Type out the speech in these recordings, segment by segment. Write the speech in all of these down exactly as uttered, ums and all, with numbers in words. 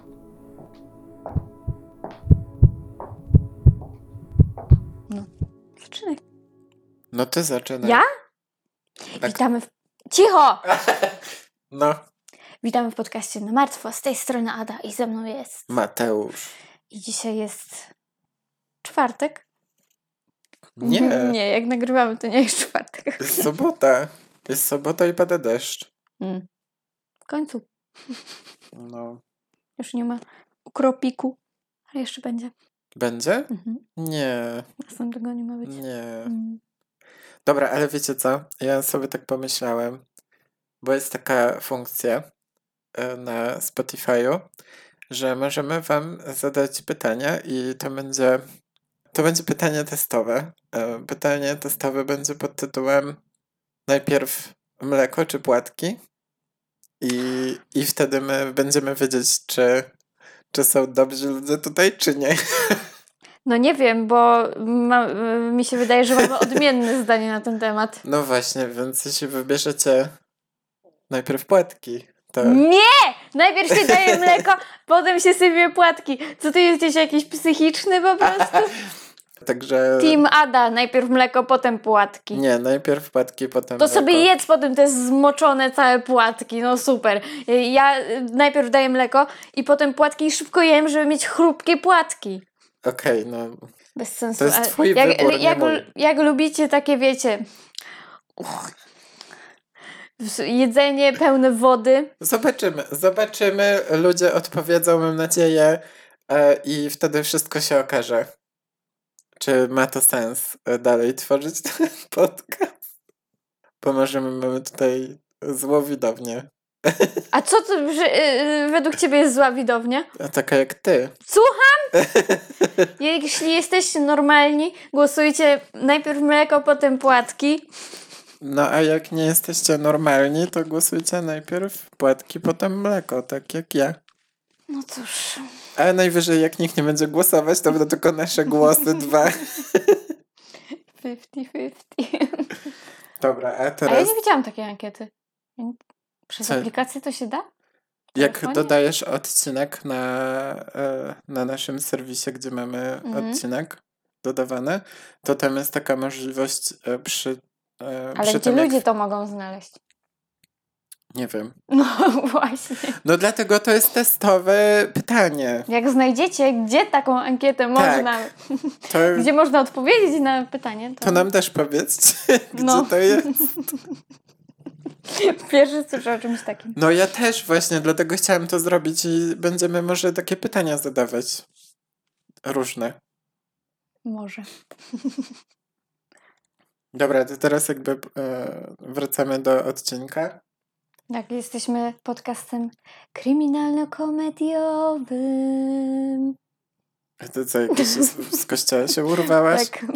No, zaczynaj. No ty zaczynaj. Ja? Tak. Witamy w... Cicho! No. Witamy w podcaście Na Martwo. Z tej strony Ada i ze mną jest... Mateusz. I dzisiaj jest... czwartek? Nie. Nie, jak nagrywamy, to nie jest czwartek. Jest sobota. Jest sobota i pada deszcz. Mm. W końcu. No. Już nie ma ukropiku. Ale jeszcze będzie. Będzie? Mhm. Nie. Następnego nie ma być. Nie. Mm. Dobra, ale wiecie co? Ja sobie tak pomyślałem, bo jest taka funkcja e, na Spotify'u, że możemy wam zadać pytania i to będzie to będzie pytanie testowe. E, Pytanie testowe będzie pod tytułem najpierw mleko czy płatki i, i wtedy my będziemy wiedzieć, czy, czy są dobrzy ludzie tutaj, czy nie. No nie wiem, bo ma, mi się wydaje, że mamy odmienne zdanie na ten temat. No właśnie, więc jeśli wybierzecie najpierw płatki, to... Nie! Najpierw się daje mleko, potem się sypie płatki. Co ty jesteś jakiś psychiczny po prostu? Także... Team Ada, najpierw mleko, potem płatki. Nie, najpierw płatki, potem To mleko. sobie jedz potem te zmoczone całe płatki, no super. Ja najpierw daję mleko i potem płatki i szybko jem, żeby mieć chrupkie płatki. Okej, okay, no... Bez sensu. To jest twój jak, wybór, nie jak, mój. jak lubicie takie, wiecie... jedzenie pełne wody. Zobaczymy, zobaczymy. Ludzie odpowiedzą, mam nadzieję, e, i wtedy wszystko się okaże. Czy ma to sens e, dalej tworzyć ten podcast? Bo możemy, mamy tutaj złą widownię. A co to że, yy, według ciebie jest zła widownia? A taka jak ty. Słucham? Jeśli jesteście normalni, głosujcie najpierw mleko, potem płatki. No a jak nie jesteście normalni, to głosujcie najpierw płatki, potem mleko, tak jak ja. No cóż. A najwyżej jak nikt nie będzie głosować, to będą tylko nasze głosy dwa. pięćdziesiąt pięćdziesiąt. Dobra, a teraz... A ja nie widziałam takiej ankiety. Przez Co? aplikację to się da? W Jak telefonie? dodajesz odcinek na, e, na naszym serwisie, gdzie mamy Mhm. odcinek dodawany, to tam jest taka możliwość e, przy... E, Ale przy gdzie tym, jak... ludzie to mogą znaleźć? Nie wiem. No właśnie. No dlatego to jest testowe pytanie. Jak znajdziecie, gdzie taką ankietę można... To, Gdzie można odpowiedzieć na pytanie, to... to nam też powiedzcie, gdzie No. to jest. Pierwszy słyszę o czymś takim. No ja też właśnie, dlatego chciałam to zrobić i będziemy może takie pytania zadawać. Różne. Może. Dobra, to teraz jakby e, wracamy do odcinka. Tak, jesteśmy podcastem kryminalno-komediowym. A ty co, jakiś z, z kościoła się urwałaś? Tak.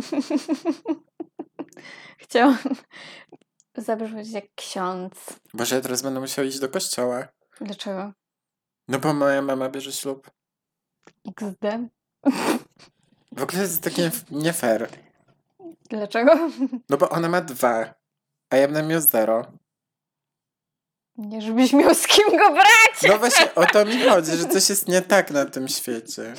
Chciałam zabrzmieć jak ksiądz. Boże, ja teraz będę musiał iść do kościoła. Dlaczego? No bo moja mama bierze ślub. iks de. W ogóle jest takie nie fair. Dlaczego? No bo ona ma dwa, a ja bym miał zero. Nie, żebyś miał z kim go brać! No właśnie o to mi chodzi, że coś jest nie tak na tym świecie.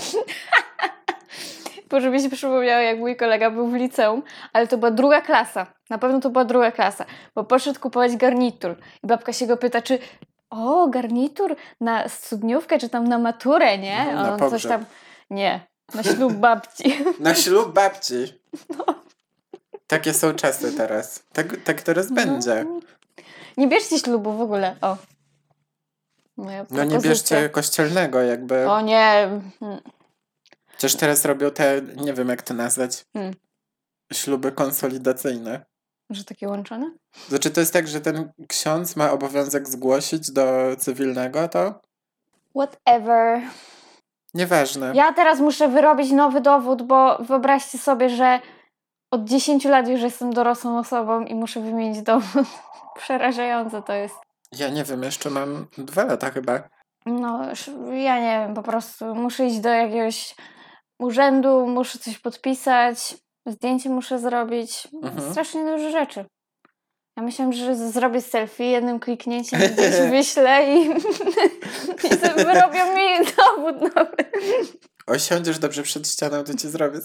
Bo żeby się przypomniało, jak mój kolega był w liceum, ale to była druga klasa. Na pewno to była druga klasa, bo poszedł kupować garnitur. I babka się go pyta, czy o, garnitur na studniówkę, czy tam na maturę, nie? Mhm, A na on pogrzeb. coś tam, nie, na ślub babci. Na ślub babci. Takie są czasy teraz. Tak, tak teraz będzie. Nie bierzcie ślubu w ogóle, o. Moja No nie propozycja. bierzcie kościelnego jakby. O nie. Hmm. Przecież teraz robią te, nie wiem jak to nazwać, Hmm. śluby konsolidacyjne. Że takie łączone? Znaczy to jest tak, że ten ksiądz ma obowiązek zgłosić do cywilnego to? Whatever. Nieważne. Ja teraz muszę wyrobić nowy dowód, bo wyobraźcie sobie, że od dziesięciu lat już jestem dorosłą osobą i muszę wymienić dowód. Przerażające to jest. Ja nie wiem, jeszcze mam dwa lata chyba. No, ja nie wiem, po prostu muszę iść do jakiegoś urzędu, muszę coś podpisać, zdjęcie muszę zrobić. Mhm. Strasznie dużo rzeczy. Ja myślałam, że zrobię selfie, jednym kliknięciem gdzieś wyślę i, i sobie wyrobią mi dowód nowy. Osiądziesz dobrze przed ścianą, to cię zrobię.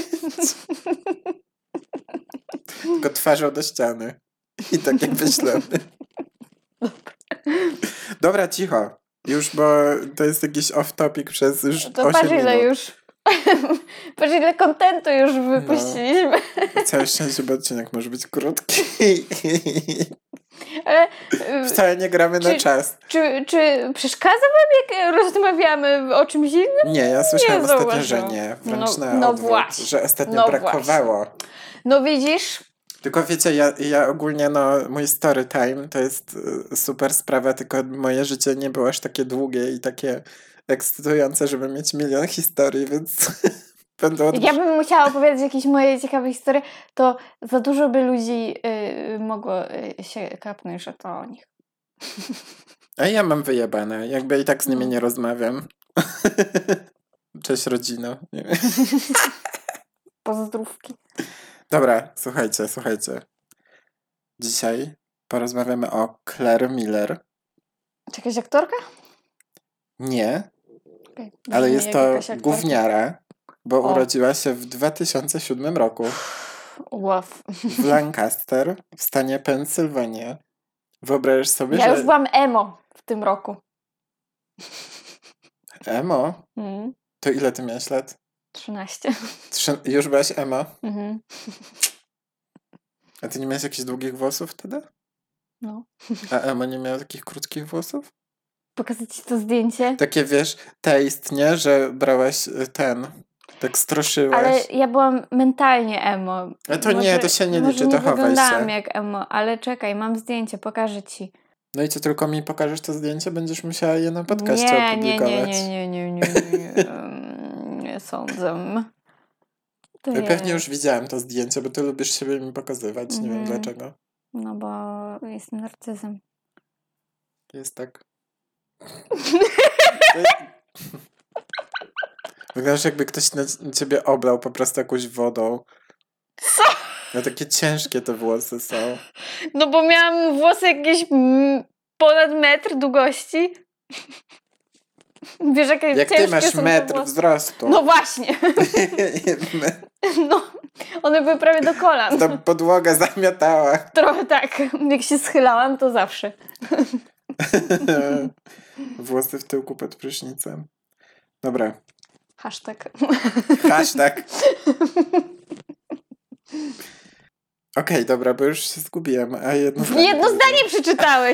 Tylko twarzą do ściany. I tak jak wyślemy. Dobra, cicho. Już, bo to jest jakiś off-topic przez już To osiem patrz ile minut. już. Patrz ile kontentu już wypuściliśmy. No. Całe szczęście, bo odcinek może być krótki. Ale, Wcale nie gramy czy, na czas. Czy, czy przeszkadza wam, jak rozmawiamy o czymś innym? Nie, ja słyszałem Nie ostatnio, że zauważyłam. nie. Wręcz No- na no odwrót, właśnie. że ostatnio No brakowało. No widzisz? Tylko wiecie, ja, ja ogólnie, no, mój story time to jest y, super sprawa, tylko moje życie nie było aż takie długie i takie ekscytujące, żeby mieć milion historii, więc będę od... Jak ja bym musiała opowiadać jakieś moje ciekawe historie, to za dużo by ludzi y, mogło y, się kapnąć, że to o nich. A ja mam wyjebane, jakby i tak z nimi No. nie rozmawiam. Cześć rodzino. Nie wiem. Pozdrówki. Dobra, słuchajcie, słuchajcie. Dzisiaj porozmawiamy o Claire Miller. Czy jakaś aktorka? Nie, Okay. ale jest to gówniara, bo O. urodziła się w dwa tysiące siódmym roku Wow. w Lancaster w stanie Pensylwania. Wyobrażasz sobie, Ja że... już byłam emo w tym roku. Emo? Mm. To ile ty miałeś lat? trzynaście. Trzy... Już byłaś emo? Mhm. A ty nie miałeś jakichś długich włosów wtedy? No. A emo nie miała takich krótkich włosów? Pokazać ci to zdjęcie? Takie, wiesz, taste, nie? Że brałaś y, ten, tak stroszyłaś. Ale ja byłam mentalnie emo. A to nie, to się nie może liczy, nie to chowaj wyglądałam się. jak emo, ale czekaj, mam zdjęcie, pokażę ci. No i co, tylko mi pokażesz to zdjęcie? Będziesz musiała je na podcaście nie, nie, opublikować. nie, nie, nie, nie, nie, nie, nie, nie sądzę. To Ja Pewnie jest- już widziałam to zdjęcie, bo ty lubisz siebie mi pokazywać. Nie wiem Mhm. dlaczego. No bo jestem narcyzem. Jest tak. Wyglądasz jakby ktoś na na ciebie oblał po prostu jakąś wodą. Co? No takie ciężkie te włosy są. No bo miałam włosy jakieś mm, ponad metr długości. Wiesz, jakie Jak ty ciężkie masz są te metr włosy? wzrostu. No właśnie. No, one były prawie do kolan. Ta podłoga zamiatała. Trochę tak. Jak się schylałam, to zawsze. Włosy w tyłku pod prysznicem. Dobra. Hashtag. Hashtag. Okej, dobra, bo już się zgubiłem. A jedno zdanie. Jedno powiedziałem. zdanie przeczytałeś.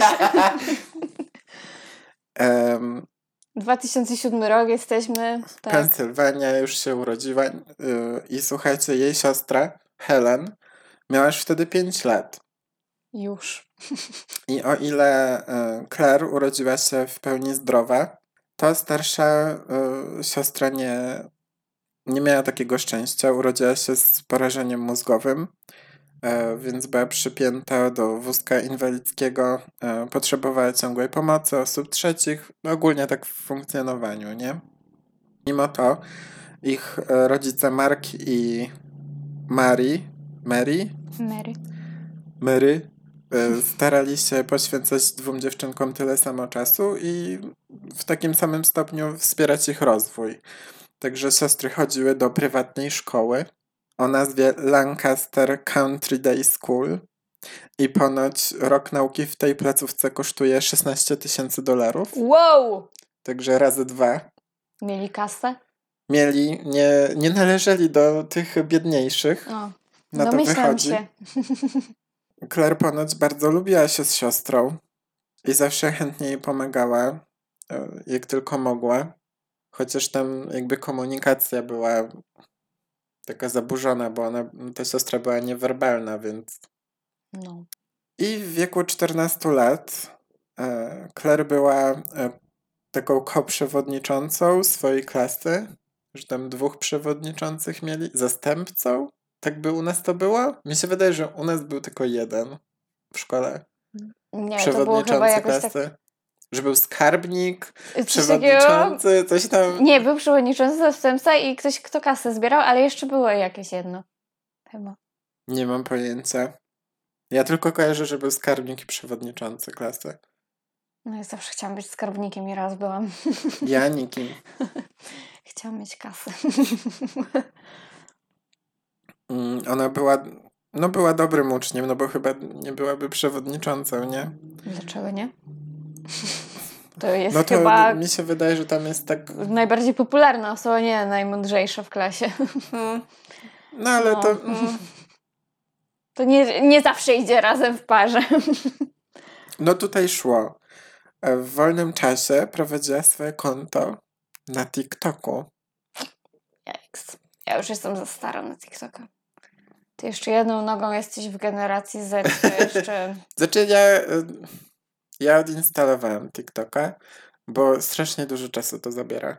Em, dwa tysiące siódmy rok jesteśmy. Tak. Pensylwania już się urodziła yy, i słuchajcie, jej siostra Helen miała już wtedy pięć lat. Już. I o ile y, Claire urodziła się w pełni zdrowa, to starsza y, siostra nie, nie miała takiego szczęścia. Urodziła się z porażeniem mózgowym, y, więc była przypięta do wózka inwalidzkiego, y, potrzebowała ciągłej pomocy osób trzecich, no ogólnie tak w funkcjonowaniu, nie? Mimo to ich y, rodzice Mark i Mary, Mary, Mary. Mary y, starali się poświęcać dwóm dziewczynkom tyle samo czasu i w takim samym stopniu wspierać ich rozwój. Także siostry chodziły do prywatnej szkoły o nazwie Lancaster Country Day School i ponoć rok nauki w tej placówce kosztuje szesnaście tysięcy dolarów, Wow! także razy dwa. Mieli kasę? Mieli, nie, nie należeli do tych biedniejszych. O, Na to domyślam wychodzi. się. Claire ponoć bardzo lubiła się z siostrą i zawsze chętnie jej pomagała, e, jak tylko mogła. Chociaż tam jakby komunikacja była taka zaburzona, bo ona, ta siostra była niewerbalna, więc... No. I w wieku czternastu lat e, Claire była e, taką koprzewodniczącą swojej klasy, że tam dwóch przewodniczących mieli, zastępcą. Tak by u nas to było? Mi się wydaje, że u nas był tylko jeden w szkole. Nie, to było chyba Przewodniczący jakoś klasy. tak... Że był skarbnik, Coś takiego... przewodniczący, coś tam. Nie, był przewodniczący, zastępca i ktoś, kto kasę zbierał, ale jeszcze było jakieś jedno. Chyba. Nie mam pojęcia. Ja tylko kojarzę, że był skarbnik i przewodniczący klasy. No ja zawsze chciałam być skarbnikiem i raz byłam. Ja nikim. Chciałam mieć kasę. Mm, ona była, no była dobrym uczniem, no bo chyba nie byłaby przewodniczącą, nie? Dlaczego nie? To jest No to chyba mi się wydaje, że tam jest tak... najbardziej popularna osoba, nie najmądrzejsza w klasie. No ale No. to... Mm, To nie, nie zawsze idzie razem w parze. no tutaj szło. E, W wolnym czasie prowadziła swoje konto na TikToku. Jaks. Ja już jestem za stara na TikToka. Ty jeszcze jedną nogą jesteś w generacji Z, to jeszcze... Znaczy ja, e, ja odinstalowałem TikToka, bo strasznie dużo czasu to zabiera.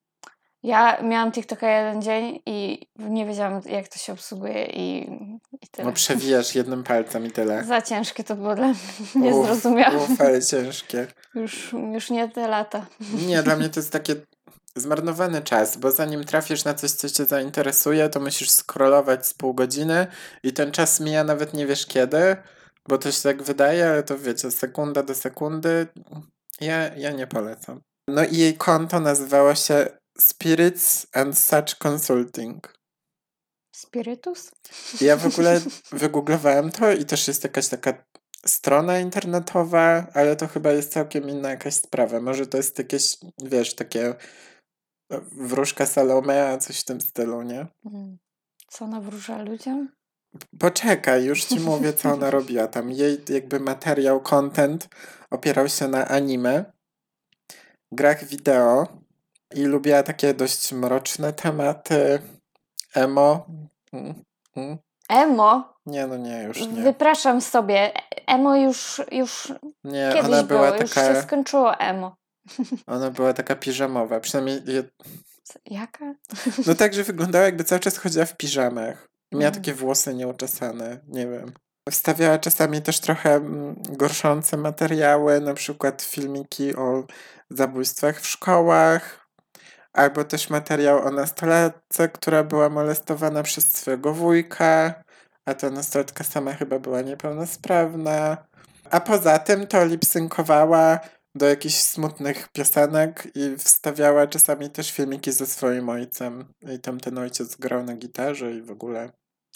Ja miałam TikToka jeden dzień i nie wiedziałam, jak to się obsługuje i, i tyle. No przewijasz jednym palcem i tyle. Za ciężkie to było dla mnie. Nie zrozumiałam. Uf, ale ciężkie. Już, już nie te lata. Nie, dla mnie to jest takie zmarnowany czas, bo zanim trafisz na coś, co cię zainteresuje, to musisz scrollować z pół godziny i ten czas mija nawet nie wiesz kiedy, bo to się tak wydaje, ale to wiecie, sekunda do sekundy. Ja, ja nie polecam. No i jej konto nazywało się Spirits and Such Consulting. Spirytus? Ja w ogóle wygooglowałem to i też jest jakaś taka strona internetowa, ale to chyba jest całkiem inna jakaś sprawa. Może to jest jakieś, wiesz, takie wróżka Salome, a coś w tym stylu, nie? Co ona wróża ludziom? Poczekaj, już ci mówię, co ona robiła tam. Jej jakby materiał, content opierał się na anime, grach wideo i lubiła takie dość mroczne tematy, emo. Mm, mm. Emo? Nie, no nie, już nie. Wypraszam sobie. Emo już, już Nie, kiedyś ona była było, już taka... się skończyło emo. Ona była taka piżamowa, przynajmniej... Je... Jaka? No tak, że wyglądała jakby cały czas chodziła w piżamach. Miała Mm. takie włosy nieuczesane, nie wiem. Wstawiała czasami też trochę mm, gorszące materiały, na przykład filmiki o zabójstwach w szkołach, albo też materiał o nastolatce, która była molestowana przez swojego wujka, a ta nastolatka sama chyba była niepełnosprawna. A poza tym to lipsynkowała do jakichś smutnych piosenek i wstawiała czasami też filmiki ze swoim ojcem. I tam ten ojciec grał na gitarze i w ogóle.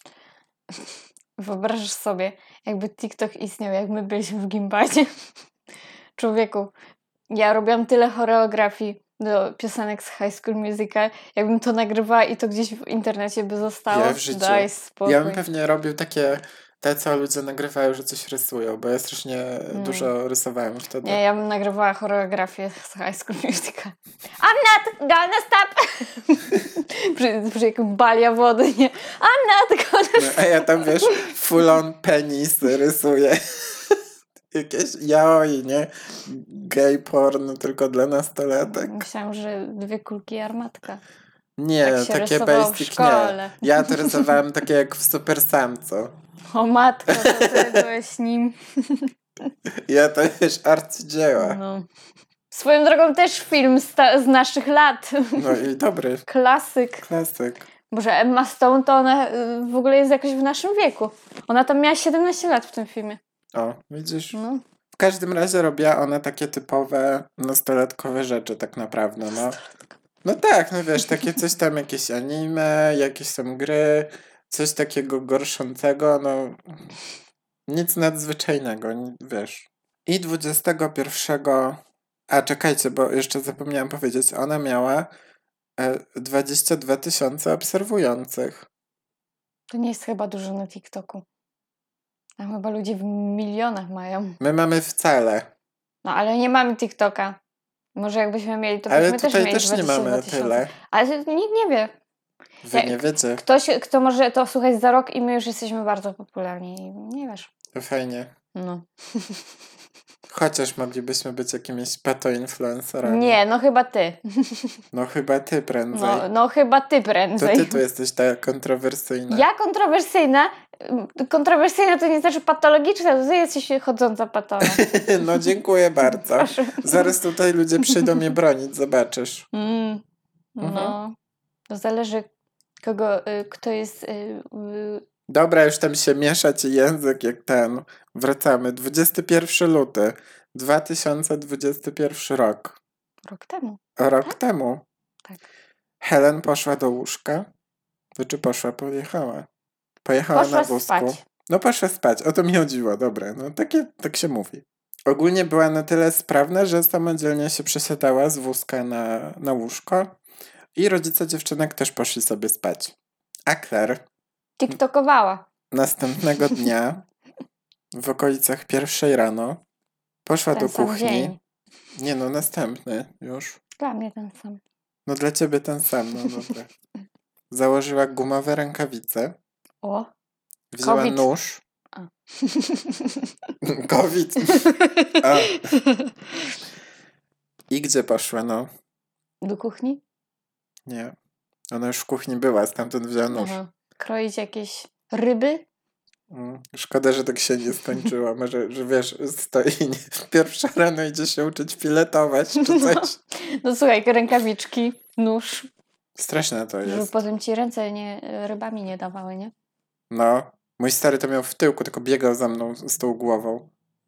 Wyobrażasz sobie, jakby TikTok istniał, jak my byliśmy w gimbazie. Człowieku, ja robiłam tyle choreografii do piosenek z High School Musical, jakbym to nagrywała i to gdzieś w internecie by zostało. Ja w życiu. Daj spokój. Ja bym pewnie robił takie, te co ludzie nagrywają, że coś rysują, bo ja strasznie Mm. dużo rysowałem wtedy. Nie, ja bym nagrywała choreografię z High School Musical. I'm not gonna stop! przy, przy jak balia wody, nie? I'm not gonna No, a ja tam, wiesz, full on penisy rysuję. Jakieś yaoi, nie? Gay porn tylko dla nastolatek. Myślałam, że dwie kulki i armatka. Nie, Tak się takie rysowało w basic nie. szkole. Ja to rysowałem takie jak w Super Samco. O matko, to ty byłeś nim. Ja to wiesz, arcydzieła. No. Swoją drogą też film z, ta, z naszych lat. No i dobry. Klasyk. Klasyk. Boże, Emma Stone to ona y, w ogóle jest jakoś w naszym wieku. Ona tam miała siedemnaście lat w tym filmie. O, widzisz? No. W każdym razie robiła ona takie typowe nastolatkowe rzeczy tak naprawdę, no. No tak, no wiesz, takie coś tam, jakieś anime, jakieś tam gry, coś takiego gorszącego, no nic nadzwyczajnego, ni- wiesz. I dwudziestego pierwszego, a czekajcie, bo jeszcze zapomniałam powiedzieć, ona miała e, dwadzieścia dwa tysiące obserwujących. To nie jest chyba dużo na TikToku. Tam chyba ludzie w milionach mają. My mamy wcale, No ale nie mamy TikToka. Może jakbyśmy mieli, to ale byśmy też tutaj mieli też nie dwadzieścia dwa mamy tysiące. tyle. Ale nikt nie wie. Wy Jak- nie wiecie, Ktoś, kto może to słuchać za rok i my już jesteśmy bardzo popularni. I nie wiesz. to fajnie. No. Chociaż moglibyśmy być jakimiś pato-influencerami. Nie, no chyba ty. No chyba ty prędzej. No, no chyba ty To prędzej. ty tu jesteś ta kontrowersyjna. Ja kontrowersyjna? Kontrowersyjna to nie znaczy patologiczna, to ty jesteś chodząca patologia. No dziękuję bardzo. Proszę. Zaraz tutaj ludzie przyjdą mnie bronić, zobaczysz. Mm, no. Mhm. To zależy kogo, y, kto jest... Y, y, Dobra, już tam się miesza ci język jak ten. Wracamy. dwudziestego pierwszego lutego. dwa tysiące dwudziesty pierwszy rok. Rok temu. Rok Tak? temu. Tak. Helen poszła do łóżka. Znaczy poszła, pojechała. Pojechała Poszła na wózku. spać. No poszła spać, o to mi chodziło, dobra, no takie, tak się mówi. Ogólnie była na tyle sprawna, że samodzielnie się przesiadała z wózka na, na łóżko i rodzice dziewczynek też poszli sobie spać. A Claire TikTokowała. następnego dnia w okolicach pierwszej rano poszła Ten do sam kuchni. dzień. Nie no, następny już. Dla mnie ten sam. No dla ciebie ten sam, no dobra. Założyła gumowe rękawice, O. wzięła COVID. nóż. A. COVID. A. I gdzie poszła, no? Do kuchni? Nie. Ona już w kuchni była, stamtąd wzięła nóż. Aha. Kroić jakieś ryby? Mm. Szkoda, że tak się nie skończyło. Może, że wiesz, stoi nie, pierwsza rano idzie się uczyć filetować czy coś. No słuchaj, rękawiczki, nóż, Straszne to żeby jest. potem ci ręce nie, rybami nie dawały, nie? No. Mój stary to miał w tyłku, tylko biegał za mną z tą głową.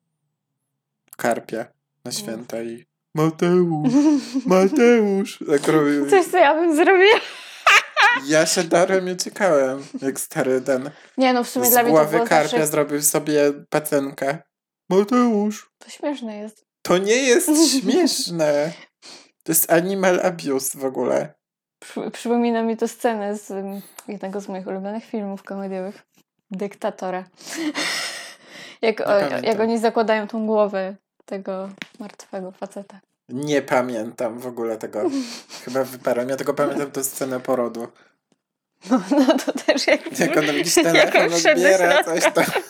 Karpia na święta i Mateusz, Mateusz. Tak robił. Coś, co ja bym zrobiła. Ja się darem i ciekałem, jak stary ten Nie no, w sumie z dla mnie to głowy było karpia zawsze... zrobił sobie pacynkę. Mateusz. To śmieszne jest. To nie jest śmieszne. To jest animal abuse w ogóle. Przy, przypomina mi to scenę z um, jednego z moich ulubionych filmów komediowych. Dyktatora. jak, o, pamiętam. jak oni zakładają tą głowę tego martwego faceta. Nie pamiętam w ogóle tego. Chyba wyparłem. Ja tylko pamiętam tę scenę porodu. No, no to też jak... Jak on jakiś telefon jak wszedł do odbiera, środka. coś tam.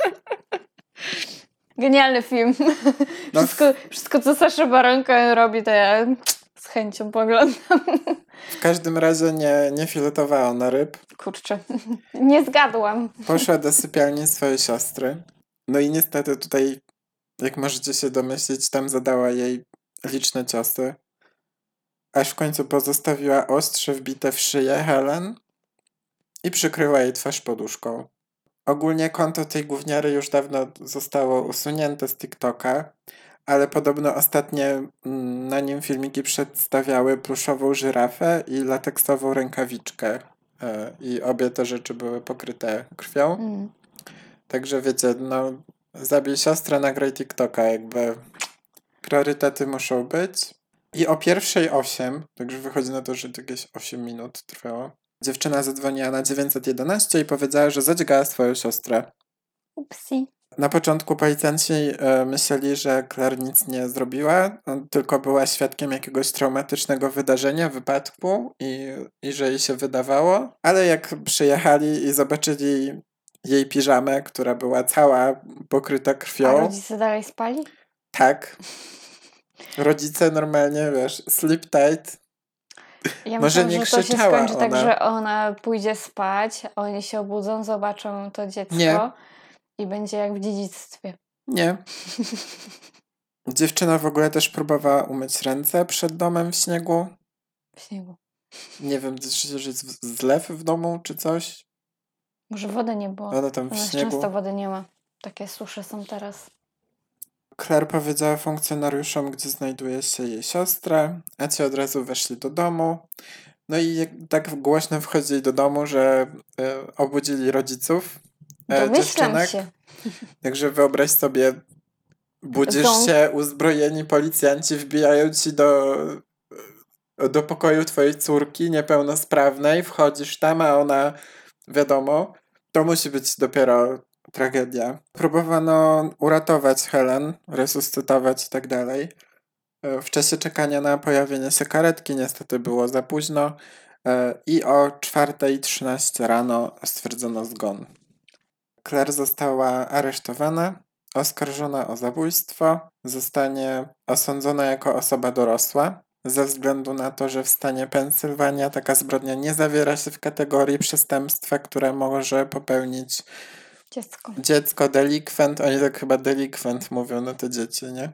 Genialny film. No. Wszystko, wszystko, co Sasza Baron Cohen robi, to ja z chęcią poglądam. W każdym razie nie, nie filetowała na ryb. Kurczę, nie zgadłam. Poszła do sypialni swojej siostry. No i niestety tutaj, jak możecie się domyślić, tam zadała jej liczne ciosy. Aż w końcu pozostawiła ostrze wbite w szyję Helen i przykryła jej twarz poduszką. Ogólnie konto tej gówniary już dawno zostało usunięte z TikToka, ale podobno ostatnie mm, na nim filmiki przedstawiały pluszową żyrafę i lateksową rękawiczkę. E, I obie te rzeczy były pokryte krwią. Mm. Także wiecie, no zabij siostrę, nagraj TikToka, jakby priorytety muszą być. I o pierwszej osiem, także wychodzi na to, że to jakieś osiem minut trwało, dziewczyna zadzwoniła na dziewięćset jedenaście i powiedziała, że zadźgała swoją siostrę. Upsi. Na początku policjanci e, myśleli, że Claire nic nie zrobiła, on tylko była świadkiem jakiegoś traumatycznego wydarzenia, wypadku i, i że jej się wydawało, ale jak przyjechali i zobaczyli jej piżamę, która była cała pokryta krwią. A rodzice dalej spali? Tak. Rodzice normalnie, wiesz, sleep tight. Ja Może myślałam, nie że to się krzyczała skończy tak, ona. że ona pójdzie spać, oni się obudzą, zobaczą to dziecko Nie. i będzie jak w dziedzictwie. Nie. Dziewczyna w ogóle też próbowała umyć ręce przed domem w śniegu. W śniegu. Nie wiem, czy jest zlew w domu, czy coś. Może wody nie było. Ona tam w U nas śniegu. często wody nie ma. Takie susze są teraz. Claire powiedziała funkcjonariuszom, gdzie znajduje się jej siostra, a ci od razu weszli do domu. No i jak tak głośno wchodzili do domu, że e, obudzili rodziców e, Domyślam dziewczynek. się. Także wyobraź sobie, budzisz Ząb. się, uzbrojeni policjanci wbijają ci do, do pokoju twojej córki niepełnosprawnej, wchodzisz tam, a ona, wiadomo, to musi być dopiero tragedia. Próbowano uratować Helen, resuscytować i tak dalej. W czasie czekania na pojawienie się karetki niestety było za późno i o czwarta trzynaście rano stwierdzono zgon. Claire została aresztowana, oskarżona o zabójstwo, zostanie osądzona jako osoba dorosła, ze względu na to, że w stanie Pensylwania taka zbrodnia nie zawiera się w kategorii przestępstwa, które może popełnić Dziecko. dziecko, delikwent. Oni tak chyba delikwent mówią na te dzieci, nie?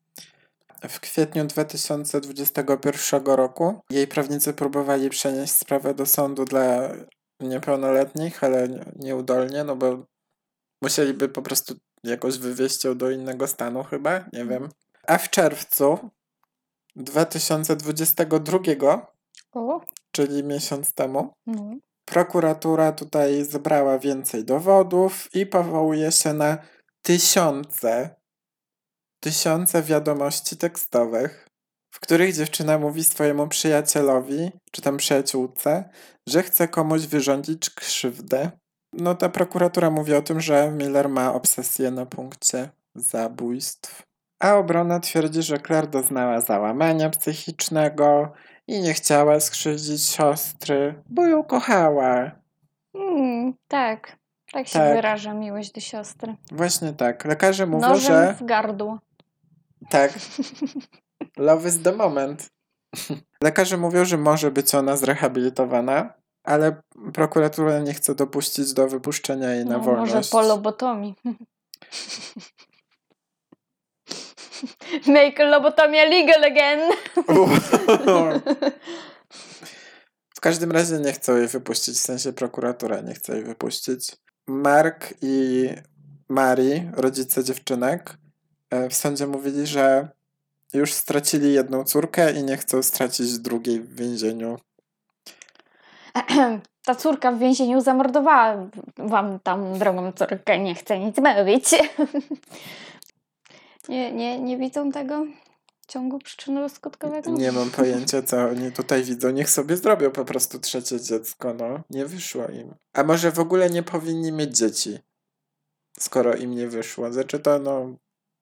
W kwietniu dwa tysiące dwudziestego pierwszego roku jej prawnicy próbowali przenieść sprawę do sądu dla niepełnoletnich, ale nieudolnie, no bo musieliby po prostu jakoś wywieźć ją do innego stanu chyba, nie wiem. A w czerwcu dwa tysiące dwudziestego drugiego, O, czyli miesiąc temu, no. prokuratura tutaj zebrała więcej dowodów i powołuje się na tysiące, tysiące wiadomości tekstowych, w których dziewczyna mówi swojemu przyjacielowi, czy tam przyjaciółce, że chce komuś wyrządzić krzywdę. No ta prokuratura mówi o tym, że Miller ma obsesję na punkcie zabójstw. A obrona twierdzi, że Claire doznała załamania psychicznego i nie chciała skrzywdzić siostry, bo ją kochała. Mm, tak, tak się Tak. wyraża miłość do siostry. Właśnie tak. Lekarze mówią, Nożem że... w gardło. Tak. Love is the moment. Lekarze mówią, że może być ona zrehabilitowana, ale prokuratura nie chce dopuścić do wypuszczenia jej na No, wolność. może po lobotomii. Make lobotomia legal again. W każdym razie nie chcą jej wypuścić, w sensie prokuratura nie chce jej wypuścić. Mark i Mary, rodzice dziewczynek, w sądzie mówili, że już stracili jedną córkę i nie chcą stracić drugiej w więzieniu. Ta córka w więzieniu zamordowała wam tam drogą córkę, nie chcę nic mówić. Nie, nie, nie widzą tego ciągu przyczynowo-skutkowego? Nie mam pojęcia, co oni tutaj widzą. Niech sobie zrobią po prostu trzecie dziecko, no. Nie wyszło im. A może w ogóle nie powinni mieć dzieci, skoro im nie wyszło. Znaczy to, no...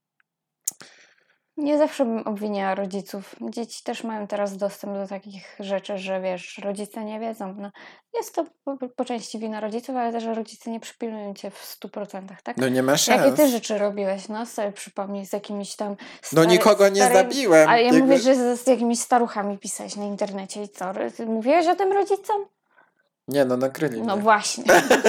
Nie zawsze bym obwiniała rodziców. Dzieci też mają teraz dostęp do takich rzeczy, że wiesz, rodzice nie wiedzą. No, jest to po, po części wina rodziców, ale też rodzice nie przypilnują cię w stu procentach, tak? No nie ma szans. Jakie ty rzeczy robiłeś? No sobie przypomnij z jakimiś tam No stary, nikogo nie starymi- zabiłem. Ale ja Jakby- mówię, że z, z jakimiś staruchami pisałeś na internecie i co? Ty mówiłeś o tym rodzicom? Nie, no nakryli No mnie. właśnie.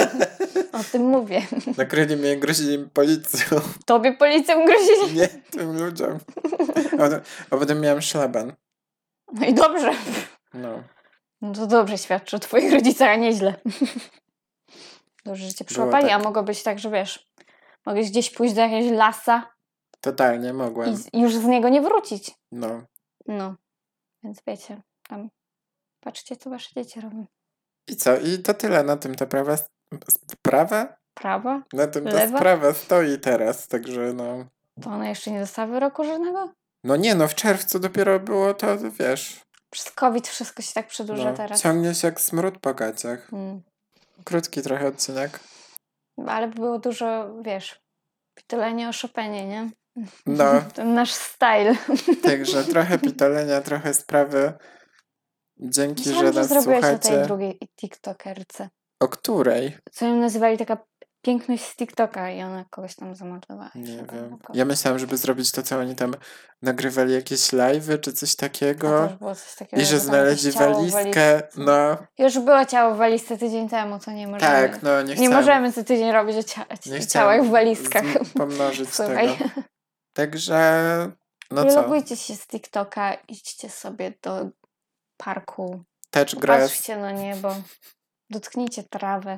O tym mówię. Nakryli mnie i grozili mi policją. Tobie policją grozili. Nie, tym ludziom. A potem, a potem miałem szlaban. No i dobrze. No. No to dobrze świadczy o twoich rodzicach, a nieźle. Dobrze, że cię przyłapali, tak. a mogło być tak, że wiesz, mogłeś gdzieś pójść do jakiegoś lasa Totalnie mogłem. i z- już z niego nie wrócić. No. No, więc wiecie, tam patrzcie, co wasze dzieci robią. I co? I to tyle na tym ta prawa... Sprawa? Prawa? Na tym ta Lewa? sprawa stoi teraz, także no... To ona jeszcze nie dostała wyroku żadnego? No nie, no w czerwcu dopiero było to, wiesz... Przez COVID wszystko się tak przedłuża No, teraz. ciągnie się jak smród po gaciach. Mm. Krótki trochę odcinek. Ale było dużo, wiesz, pitolenie o Chopinie, nie? No, Ten nasz style. także trochę pitolenia, trochę sprawy. Dzięki, Myślałam, że że nas zrobiłeś o tej słuchacie. drugiej tiktokerce. O której? Co ją nazywali taka piękność z TikToka i ona kogoś tam zamordowała. Nie Jeszcze wiem. kogoś. Ja myślałam, żeby zrobić to, co oni tam nagrywali jakieś live'y czy coś A takiego. też było coś takiego, I że tam znaleźli jakieś ciało w walizkę. walizce. No, Już było ciało w walizce tydzień temu, to nie możemy. tak, no nie nie chciałam. możemy co tydzień robić o cia- nie ciałach chciałam w walizkach. z- pomnożyć Słuchaj. tego. Także, no co? Wylogujcie się z TikToka, idźcie sobie do parku, Touch grass. patrzcie na niebo, dotknijcie trawę,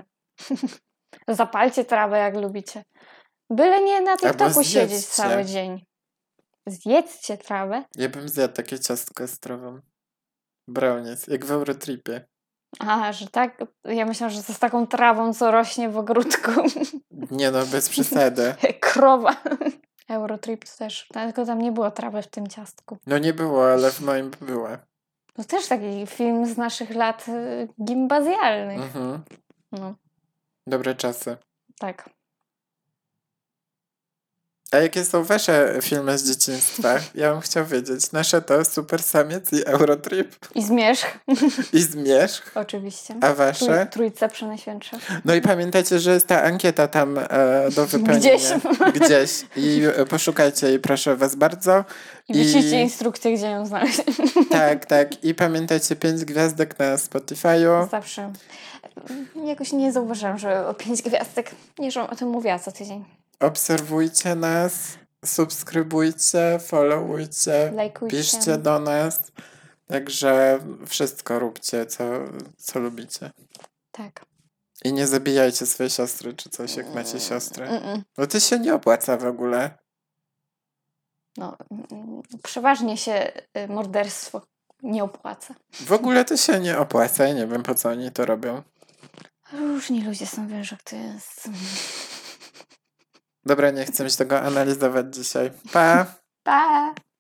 zapalcie trawę jak lubicie. Byle nie na TikToku zjedzcie. siedzieć cały dzień. Zjedzcie trawę. Ja bym zjadł takie ciastko z trawą. Brownies, jak w Eurotripie. A, że tak? Ja myślałam, że to z taką trawą, co rośnie w ogródku. Nie no, bez przesady. Krowa. Eurotrip to też, tylko tam nie było trawy w tym ciastku. No nie było, ale w moim była. To też taki film z naszych lat y, gimbazjalnych. Mhm. No, Dobre czasy. tak. A jakie są wasze filmy z dzieciństwa? Ja bym chciał wiedzieć. Nasze to Super Samiec i Eurotrip I Zmierzch, i Zmierzch. oczywiście. A wasze? Trój, trójca Przenajświętsza. No i pamiętajcie, że jest ta ankieta tam e, do wypełnienia. Gdzieś. Gdzieś. I e, poszukajcie jej, proszę was bardzo. I wyślijcie instrukcję, gdzie ją znaleźć. Tak, tak. I pamiętajcie, pięć gwiazdek na Spotify'u. Zawsze. Jakoś nie zauważyłam, że o pięć gwiazdek. Nie, że o tym mówiła co tydzień. Obserwujcie nas, subskrybujcie, followujcie, Lajkujcie. piszcie do nas. Także wszystko róbcie, co, co lubicie. Tak. I nie zabijajcie swojej siostry czy coś, jak macie siostrę. Mm-mm. Bo to się nie opłaca w ogóle. no, mm, przeważnie się y, morderstwo nie opłaca. W ogóle to się nie opłaca, ja nie wiem po co oni to robią. Różni ludzie są, wiesz, jak to jest. Dobra, nie chcę się tego analizować dzisiaj. Pa! Pa!